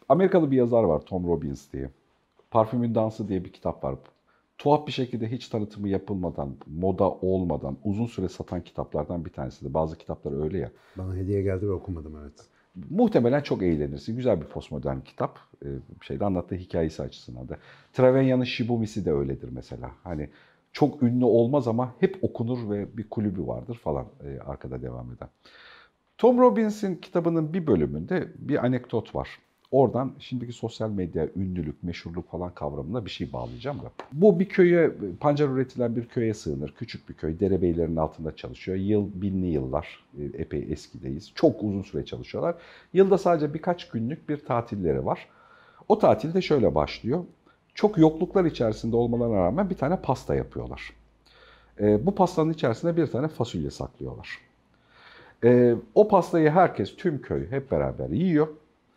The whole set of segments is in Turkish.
Amerikalı bir yazar var, Tom Robbins diye. Parfümün Dansı diye bir kitap var. Tuhaf bir şekilde hiç tanıtımı yapılmadan, moda olmadan uzun süre satan kitaplardan bir tanesi de. Bazı kitaplar öyle ya. Bana hediye geldi ve okumadım, evet. Muhtemelen çok eğlenirsin. Güzel bir postmodern kitap. Şeyde anlattığı hikayesi açısından da. Travaglia'nın Shibumi'si de öyledir mesela. Hani çok ünlü olmaz ama hep okunur ve bir kulübü vardır falan arkada devam eden. Tom Robbins'in kitabının bir bölümünde bir anekdot var. Oradan şimdiki sosyal medya, ünlülük, meşhurluk falan kavramına bir şey bağlayacağım da. Bu bir köye, pancar üretilen bir köye sığınır. Küçük bir köy, derebeylerin altında çalışıyor. Yıl binli yıllar, epey eskideyiz. Çok uzun süre çalışıyorlar. Yılda sadece birkaç günlük bir tatilleri var. O tatilde şöyle başlıyor. Çok yokluklar içerisinde olmalarına rağmen bir tane pasta yapıyorlar. Bu pastanın içerisine bir tane fasulye saklıyorlar. O pastayı herkes, tüm köy hep beraber yiyor.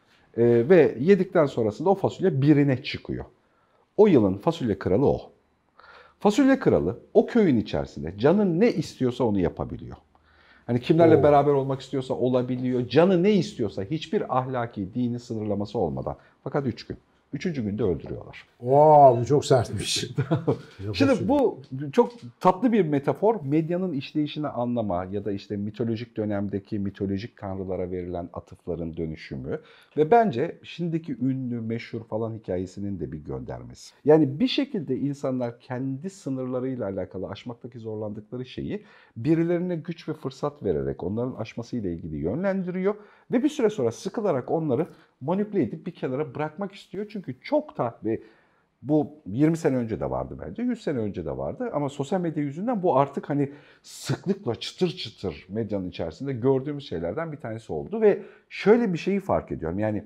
Ve yedikten sonrasında o fasulye birine çıkıyor. O yılın fasulye kralı o. Fasulye kralı o köyün içerisinde canın ne istiyorsa onu yapabiliyor. Hani kimlerle beraber olmak istiyorsa olabiliyor. Canı ne istiyorsa hiçbir ahlaki, dini sınırlaması olmadan. Fakat 3 gün. Üçüncü günde öldürüyorlar. Bu çok sertmiş. Şimdi bu çok tatlı bir metafor. Medyanın işleyişini anlama ya da işte mitolojik dönemdeki mitolojik tanrılara verilen atıfların dönüşümü ve bence şimdiki ünlü, meşhur falan hikayesinin de bir göndermesi. Yani bir şekilde insanlar kendi sınırlarıyla alakalı aşmaktaki zorlandıkları şeyi birilerine güç ve fırsat vererek onların aşmasıyla ilgili yönlendiriyor ve bir süre sonra sıkılarak onları manipüle edip bir kenara bırakmak istiyor. Çünkü çok da ve bu 20 sene önce de vardı bence, 100 sene önce de vardı ama sosyal medya yüzünden bu artık hani sıklıkla çıtır çıtır medyanın içerisinde gördüğümüz şeylerden bir tanesi oldu ve şöyle bir şeyi fark ediyorum. Yani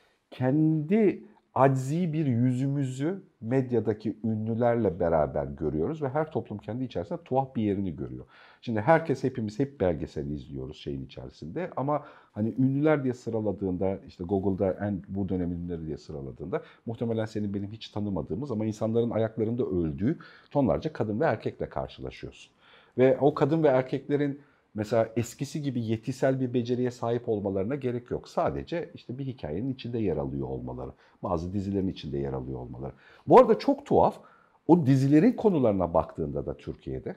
kendi aczi bir yüzümüzü medyadaki ünlülerle beraber görüyoruz ve her toplum kendi içerisinde tuhaf bir yerini görüyor. Şimdi hepimiz hep belgesel izliyoruz şeyin içerisinde ama hani ünlüler diye sıraladığında işte Google'da bu dönemin ünlüleri diye sıraladığında muhtemelen senin benim hiç tanımadığımız ama insanların ayaklarında öldüğü tonlarca kadın ve erkekle karşılaşıyorsun. Ve o kadın ve erkeklerin mesela eskisi gibi yetisel bir beceriye sahip olmalarına gerek yok. Sadece işte bir hikayenin içinde yer alıyor olmaları. Bazı dizilerin içinde yer alıyor olmaları. Bu arada çok tuhaf. O dizilerin konularına baktığında da Türkiye'de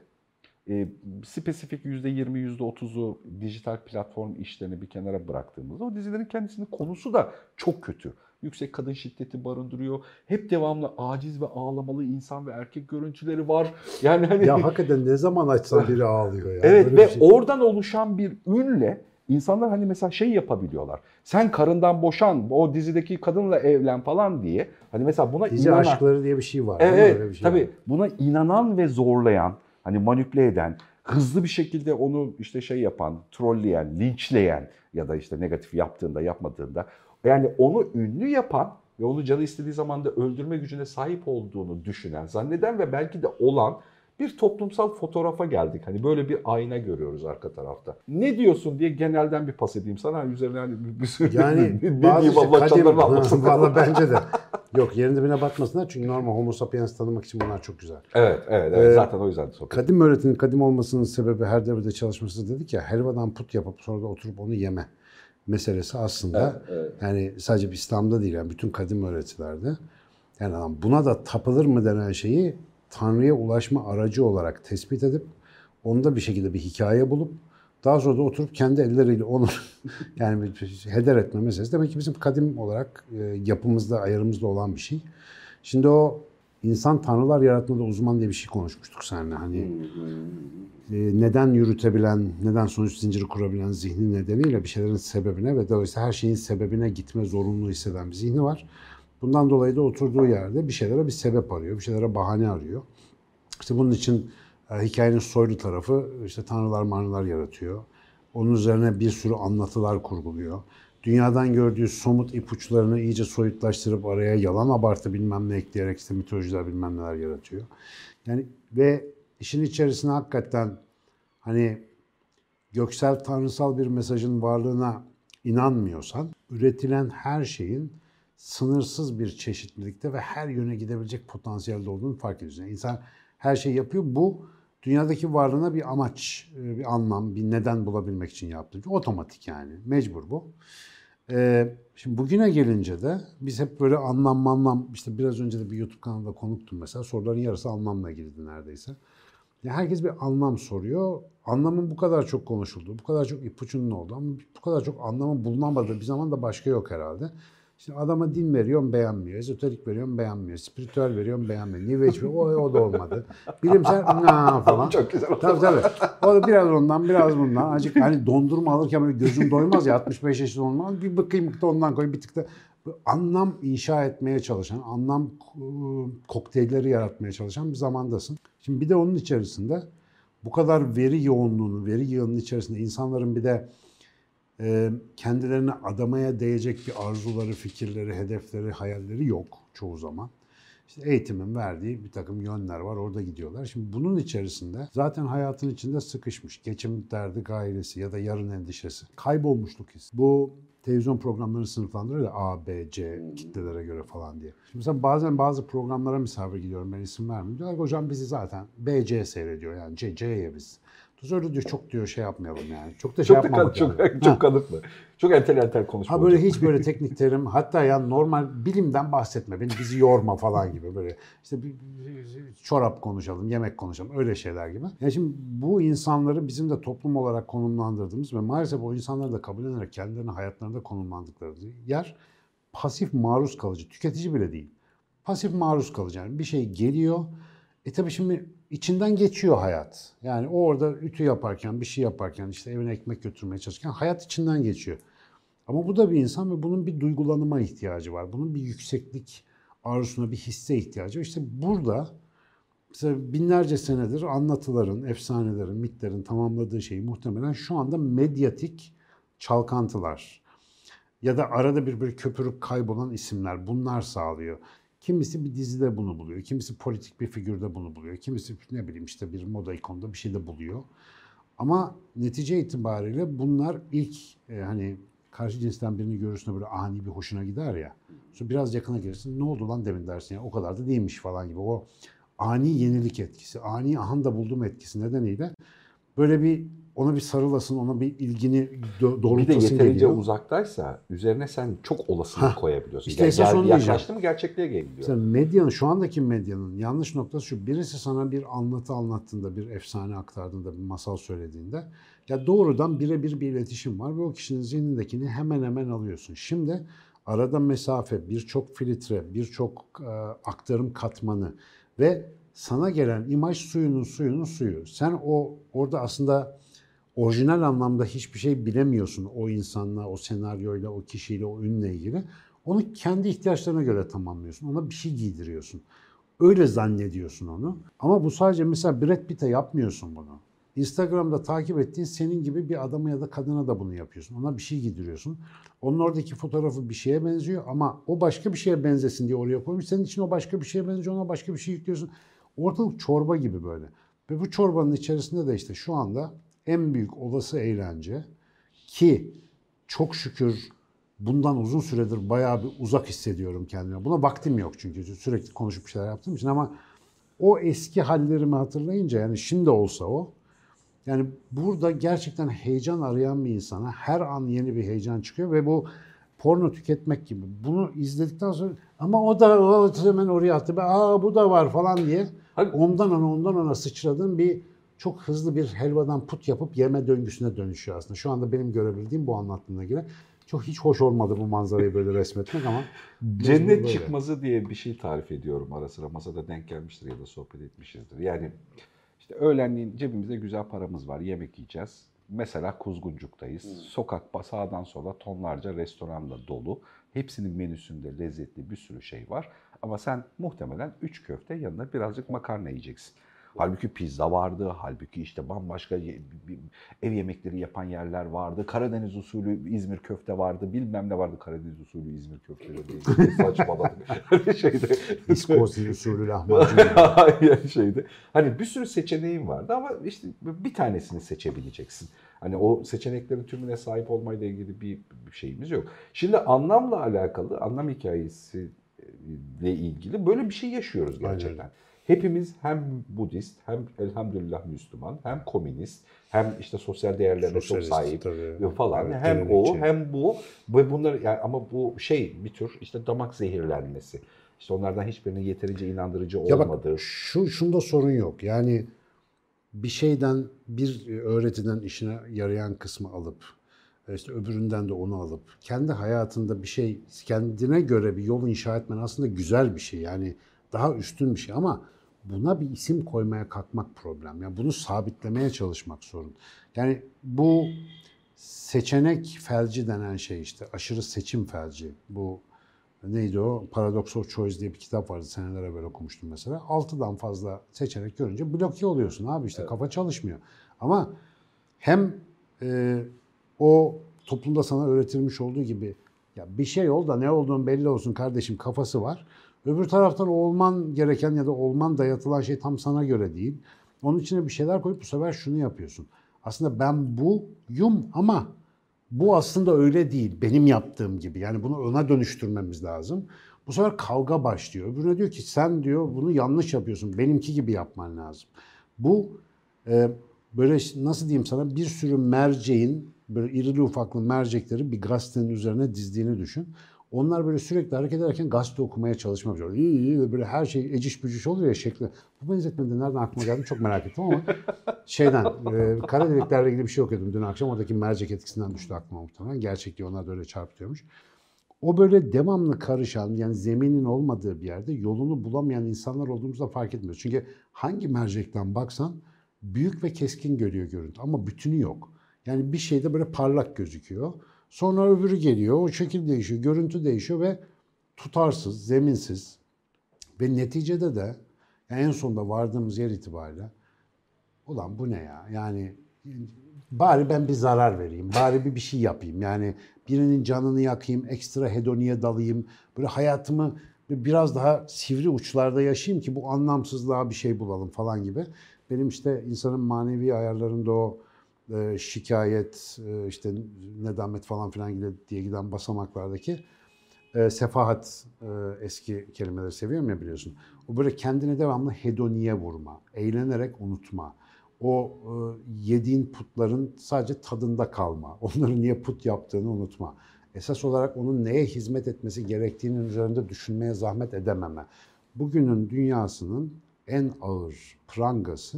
spesifik %20, %30'u dijital platform işlerini bir kenara bıraktığımızda o dizilerin kendisinin konusu da çok kötü. Yüksek kadın şiddeti barındırıyor. Hep devamlı aciz ve ağlamalı insan ve erkek görüntüleri var. Yani hani Ya hakikaten ne zaman açsan biri ağlıyor ya. evet Böyle ve şey. oradan oluşan bir ünle insanlar hani mesela şey yapabiliyorlar. Sen karından boşan, o dizideki kadınla evlen falan diye. Hani mesela buna Dizi inanan, aşkları diye bir şey var. Değil mi? evet Öyle bir şey tabii var. buna inanan ve zorlayan, hani manipüle eden, hızlı bir şekilde onu işte şey yapan, trolleyen, linçleyen ya da işte negatif yaptığında yapmadığında yani onu ünlü yapan ve onu canı istediği zaman da öldürme gücüne sahip olduğunu düşünen, zanneden ve belki de olan bir toplumsal fotoğrafa geldik. Hani böyle bir ayna görüyoruz arka tarafta. Ne diyorsun diye genelden bir pas edeyim sana. Hani üzerine hani bir sürü Yani ne bazı diyeyim şey Allah kadim, canlarını almasın. valla bence de. Yok, yerin dibine batmasınlar çünkü normal homo sapiens tanımak için bunlar çok güzel. Evet. Zaten o yüzden sohbet. Kadim öğretinin kadim olmasının sebebi her devirde çalışması dedik ya, helvadan put yapıp sonra da oturup onu yeme meselesi aslında. Evet. Yani sadece bir İslam'da değil, yani bütün kadim öğretilerde. Yani buna da tapılır mı denen şeyi Tanrı'ya ulaşma aracı olarak tespit edip onda bir şekilde bir hikaye bulup daha sonra da oturup kendi elleriyle onu yani heder etme meselesi. Demek ki bizim kadim olarak yapımızda, ayarımızda olan bir şey. Şimdi o insan tanrılar yaratmada uzman diye bir şey konuşmuştuk seninle. Hani neden yürütebilen, neden sonuç zinciri kurabilen zihni nedeniyle bir şeylerin sebebine ve dolayısıyla her şeyin sebebine gitme zorunluluğu hisseden bir zihni var. Bundan dolayı da oturduğu yerde bir şeylere bir sebep arıyor, bir şeylere bahane arıyor. İşte bunun için hikayenin soylu tarafı işte tanrılar manrılar yaratıyor. Onun üzerine bir sürü anlatılar kurguluyor. Dünyadan gördüğü somut ipuçlarını iyice soyutlaştırıp araya yalan abartı bilmem ne ekleyerek işte mitolojiler bilmem neler yaratıyor. Yani ve işin içerisine hakikaten hani göksel tanrısal bir mesajın varlığına inanmıyorsan üretilen her şeyin sınırsız bir çeşitlilikte ve her yöne gidebilecek potansiyelde olduğunu fark ediyorsun. Yani insan her şeyi yapıyor. Bu dünyadaki varlığına bir amaç, bir anlam, bir neden bulabilmek için yaptığı. Otomatik yani. Mecbur bu. Şimdi bugüne gelince de biz hep böyle anlam, işte biraz önce de bir YouTube kanalında konuktum mesela. Soruların yarısı anlamla ilgili neredeyse. Ya herkes bir anlam soruyor. Anlamın bu kadar çok konuşulduğu, bu kadar çok ipucunun olduğu ama bu kadar çok anlamın bulunamadığı bir zaman da başka yok herhalde. Şimdi adama din veriyorum beğenmiyor, ezoterik veriyorum beğenmiyor, spiritüel veriyorum beğenmiyor, New Age veriyorum, o da olmadı. Bilimsel falan. Çok güzel oldu. Tabii. O da biraz ondan biraz bundan. Azıcık hani dondurma alırken böyle gözüm doymaz ya 65 yaşında olmaz. Bir bakayım da ondan koy bir tık da anlam inşa etmeye çalışan, anlam kokteylleri yaratmaya çalışan bir zamandasın. Şimdi bir de onun içerisinde bu kadar veri yoğunluğunu, veri yığının içerisinde insanların bir de kendilerine adamaya değecek bir arzuları, fikirleri, hedefleri, hayalleri yok çoğu zaman. İşte eğitimin verdiği bir takım yönler var, orada gidiyorlar. Şimdi bunun içerisinde zaten hayatın içinde sıkışmış, geçim derdi, gailesi ya da yarın endişesi, kaybolmuşluk hissi. Bu televizyon programlarını sınıflandırıyor ya A, B, C kitlelere göre falan diye. Şimdi mesela bazen bazı programlara misafir gidiyorum, ben isim vermeyeyim. Diyorlar ki hocam bizi zaten B, C seyrediyor yani C'ye biz. Öyle diyor, çok diyor şey yapmayalım yani. Çok da şey yapmamak lazım. Çok kanıtlı. Çok entel konuşma. Ha böyle hiç böyle teknik terim, hatta yani normal bilimden bahsetme, beni bizi yorma falan gibi böyle işte bir çorap konuşalım, yemek konuşalım öyle şeyler gibi. Yani şimdi bu insanları bizim de toplum olarak konumlandırdığımız ve maalesef o insanları da kabul ederek kendilerini hayatlarında konumlandıkları yer pasif maruz kalıcı, tüketici bile değil. Pasif maruz kalıcı yani bir şey geliyor. Tabii şimdi içinden geçiyor hayat. Yani o orada ütü yaparken, bir şey yaparken, işte evine ekmek götürmeye çalışırken hayat içinden geçiyor. Ama bu da bir insan ve bunun bir duygulanıma ihtiyacı var. Bunun bir yükseklik arzusuna, bir hisse ihtiyacı var. İşte burada mesela binlerce senedir anlatıların, efsanelerin, mitlerin tamamladığı şey muhtemelen şu anda medyatik çalkantılar ya da arada bir böyle köpürüp kaybolan isimler bunlar sağlıyor. Kimisi bir dizide bunu buluyor, kimisi politik bir figürde bunu buluyor, kimisi ne bileyim işte bir moda ikonunda bir şey de buluyor. Ama netice itibariyle bunlar ilk hani karşı cinsten birini görürsün böyle ani bir hoşuna gider ya. Sonra biraz yakına gelirsin ne oldu lan demin dersin ya o kadar da değilmiş falan gibi. O ani yenilik etkisi, ani ahanda buldum etkisi nedeniyle böyle bir ona bir sarılasın, ona bir ilgini doğrultasın geliyor. Bir de yeterince geliyor. uzaktaysa üzerine sen çok olasılık koyabiliyorsun. İşte esas onu yaklaştı mı gerçekliğe geliyor. Mesela medyanın, şu andaki medyanın yanlış noktası şu. Birisi sana bir anlatı anlattığında, bir efsane aktardığında, bir masal söylediğinde ya doğrudan birebir bir iletişim var ve o kişinin zihnindekini hemen hemen alıyorsun. Şimdi arada mesafe, birçok filtre, birçok aktarım katmanı ve sana gelen imaj suyunun suyu. Sen orada aslında orijinal anlamda hiçbir şey bilemiyorsun o insanla, o senaryoyla, o kişiyle, o ünle ilgili. Onu kendi ihtiyaçlarına göre tamamlıyorsun. Ona bir şey giydiriyorsun. Öyle zannediyorsun onu. Ama bu sadece mesela Brad Pitt'e yapmıyorsun bunu. Instagram'da takip ettiğin senin gibi bir adama ya da kadına da bunu yapıyorsun. Ona bir şey giydiriyorsun. Onun oradaki fotoğrafı bir şeye benziyor ama o başka bir şeye benzesin diye oraya koymuş. Senin için o başka bir şeye benziyor, ona başka bir şey yüklüyorsun. Ortalık çorba gibi böyle. Ve bu çorbanın içerisinde de işte şu anda en büyük olası eğlence ki çok şükür bundan uzun süredir bayağı bir uzak hissediyorum kendime. Buna vaktim yok çünkü sürekli konuşup bir şeyler yaptığım için ama o eski hallerimi hatırlayınca yani şimdi olsa o yani burada gerçekten heyecan arayan bir insana her an yeni bir heyecan çıkıyor ve bu porno tüketmek gibi. Bunu izledikten sonra ama o hemen oraya attı. Bu da var falan diye ondan ona sıçradığım bir çok hızlı bir helvadan put yapıp yeme döngüsüne dönüşüyor aslında. Şu anda benim görebildiğim bu anlattığına göre. Çok hiç hoş olmadı bu manzarayı böyle resmetmek ama cennet çıkmazı diye bir şey tarif ediyorum ara sıra. Masada denk gelmiştir ya da sohbet etmişizdir. Yani işte öğlenliğin cebimizde güzel paramız var. Yemek yiyeceğiz. Mesela Kuzguncuk'tayız. Sokak sağdan sola tonlarca restoran da dolu. Hepsinin menüsünde lezzetli bir sürü şey var. Ama sen muhtemelen 3 köfte yanına birazcık makarna yiyeceksin. Halbuki pizza vardı, halbuki işte bambaşka ev yemekleri yapan yerler vardı. Karadeniz usulü İzmir köfte vardı, bilmem ne vardı Karadeniz usulü İzmir köfteleri diye saçmaladık. İskoçya usulü lahmacun. Hani bir sürü seçeneğin vardı ama işte bir tanesini seçebileceksin. Hani o seçeneklerin tümüne sahip olmayla ilgili bir şeyimiz yok. Şimdi anlamla alakalı, anlam hikayesiyle ilgili böyle bir şey yaşıyoruz gerçekten. Aynen. hepimiz hem Budist, hem elhamdülillah Müslüman, hem komünist, hem işte sosyal değerlerine çok sahip falan. Evet, hem o hem bu ve bunlar yani ama bu şey bir tür işte damak zehirlenmesi. İşte onlardan hiçbirinin yeterince inandırıcı olmadığı. Bak, şunda sorun yok. Yani bir şeyden, bir öğretiden işine yarayan kısmı alıp, işte öbüründen de onu alıp, kendi hayatında bir şey, kendine göre bir yol inşa etmen aslında güzel bir şey. Yani daha üstün bir şey ama buna bir isim koymaya kalkmak problem. Yani bunu sabitlemeye çalışmak sorun. Yani bu seçenek felci denen şey işte, aşırı seçim felci. Bu neydi o? Paradox of Choice diye bir kitap vardı. Seneler evvel okumuştum mesela. 6'dan fazla seçenek görünce bloke oluyorsun abi işte. Evet. Kafa çalışmıyor. Ama hem o toplumda sana öğretilmiş olduğu gibi ya bir şey ol da ne olduğun belli olsun kardeşim kafası var. Öbür taraftan olman gereken ya da olman dayatılan şey tam sana göre değil. Onun içine bir şeyler koyup bu sefer şunu yapıyorsun. Aslında ben buyum ama bu aslında öyle değil. Benim yaptığım gibi. Yani bunu ona dönüştürmemiz lazım. Bu sefer kavga başlıyor. Öbürüne diyor ki sen diyor bunu yanlış yapıyorsun. Benimki gibi yapman lazım. Bu böyle nasıl diyeyim sana bir sürü merceğin böyle irili ufaklı mercekleri bir gazetenin üzerine dizdiğini düşün. Onlar böyle sürekli hareket ederken gazete okumaya çalışmak zorunda. İyi böyle her şey eciş bücüş oluyor ya şekli. Bu benzetmede nereden aklıma geldi çok merak ettim ama kara deliklerle ilgili bir şey okuyordum dün akşam. Oradaki mercek etkisinden düştü aklıma muhtemelen. Gerçekliği onlar da öyle çarpıtıyormuş. O böyle devamlı karışan yani zeminin olmadığı bir yerde yolunu bulamayan insanlar olduğumuzda fark etmiyoruz. Çünkü hangi mercekten baksan büyük ve keskin görüyor görüntü ama bütünü yok. Yani bir şeyde böyle parlak gözüküyor. Sonra öbürü geliyor, o şekil değişiyor, görüntü değişiyor ve tutarsız, zeminsiz ve neticede de yani en sonunda vardığımız yer itibariyle ulan bu ne ya? Yani bari ben bir zarar vereyim, bari bir şey yapayım. Yani birinin canını yakayım, ekstra hedoniye dalayım. Böyle hayatımı biraz daha sivri uçlarda yaşayayım ki bu anlamsızlığa bir şey bulalım falan gibi. Benim işte insanın manevi ayarlarında o şikayet, işte nedamet falan filan diye giden basamaklardaki sefahat eski kelimeleri seviyorum ya biliyorsun. O böyle kendini devamlı hedoniye vurma, eğlenerek unutma. O yediğin putların sadece tadında kalma. Onların niye put yaptığını unutma. Esas olarak onun neye hizmet etmesi gerektiğinin üzerinde düşünmeye zahmet edememe. Bugünün dünyasının en ağır prangası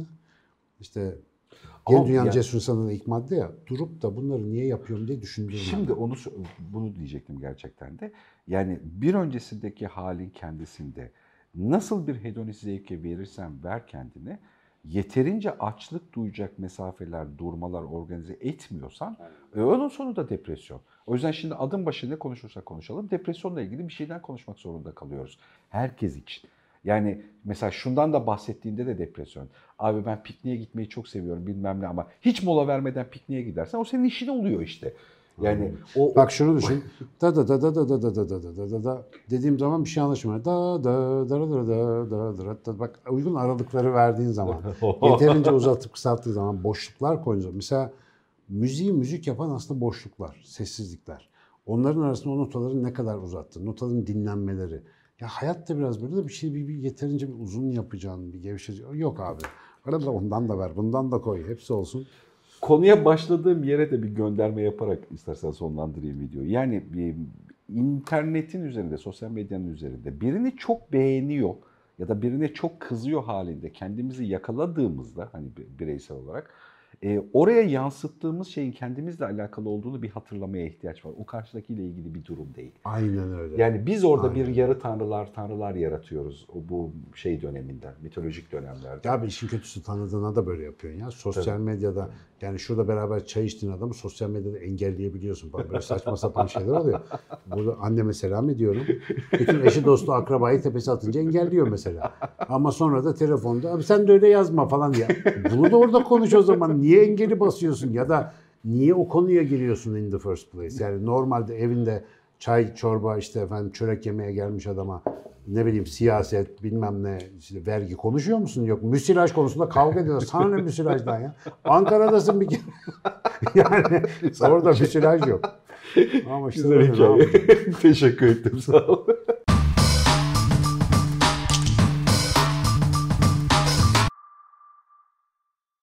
işte Yeni Dünya'nın Cesur İnsanı'nın ilk madde ya, durup da bunları niye yapıyorum diye düşündürmem. Şimdi bunu diyecektim gerçekten de. Yani bir öncesindeki halin kendisinde nasıl bir hedonist zevke verirsen ver kendine, yeterince açlık duyacak mesafeler, durmalar organize etmiyorsan onun sonu da depresyon. O yüzden şimdi adım başı ne konuşursak konuşalım, depresyonla ilgili bir şeyden konuşmak zorunda kalıyoruz. Herkes için. Yani mesela şundan da bahsettiğinde de depresyon. Abi ben pikniğe gitmeyi çok seviyorum bilmem ne ama hiç mola vermeden pikniğe gidersen o senin işin oluyor işte. Yani bak şunu düşün. Da da da da da da da da da da da da dediğim zaman bir şey anlaşılmıyor. Da da da da da da da bak uygun aralıkları verdiğin zaman, yeterince uzatıp kısalttığın zaman boşluklar koyunca mesela müzik yapan aslında boşluklar, sessizlikler. Onların arasında o notaları ne kadar uzattın, notaların dinlenmeleri. Ya hayat da biraz böyle de bir şey bir yeterince bir uzun yapacağın, bir gevşecek. Yok abi. Arada ondan da ver, bundan da koy. Hepsi olsun. Konuya başladığım yere de bir gönderme yaparak istersen sonlandırayım videoyu. Yani internetin üzerinde, sosyal medyanın üzerinde birini çok beğeniyor ya da birine çok kızıyor halinde kendimizi yakaladığımızda hani bireysel olarak oraya yansıttığımız şeyin kendimizle alakalı olduğunu bir hatırlamaya ihtiyaç var. O karşıdakiyle ilgili bir durum değil. Aynen öyle. Yani biz orada bir yarı tanrılar yaratıyoruz bu şey döneminde, mitolojik dönemlerde. Ya bir işin kötüsü tanıdığına da böyle yapıyorsun ya. Sosyal medyada yani şurada beraber çay içtiğin adamı sosyal medyada engelleyebiliyorsun. Böyle saçma sapan şeyler oluyor. Burada anneme selam ediyorum. Bütün eşi dostu akrabayı tepesi atınca engelliyor mesela. Ama sonra da telefonda abi sen de öyle yazma falan diye. Bunu da orada konuş o zaman. Niye engeli basıyorsun ya da niye o konuya giriyorsun in the first place? Yani normalde evinde çay, çorba işte efendim çörek yemeye gelmiş adama ne bileyim siyaset bilmem ne işte vergi konuşuyor musun? Yok müsilaj konusunda kavga ediyorlar. Sana ne müsilajdan ya? Ankara'dasın bir kere. Yani orada müsilaj yok. Ama işte güzel hikaye. Teşekkür ettim sağ ol.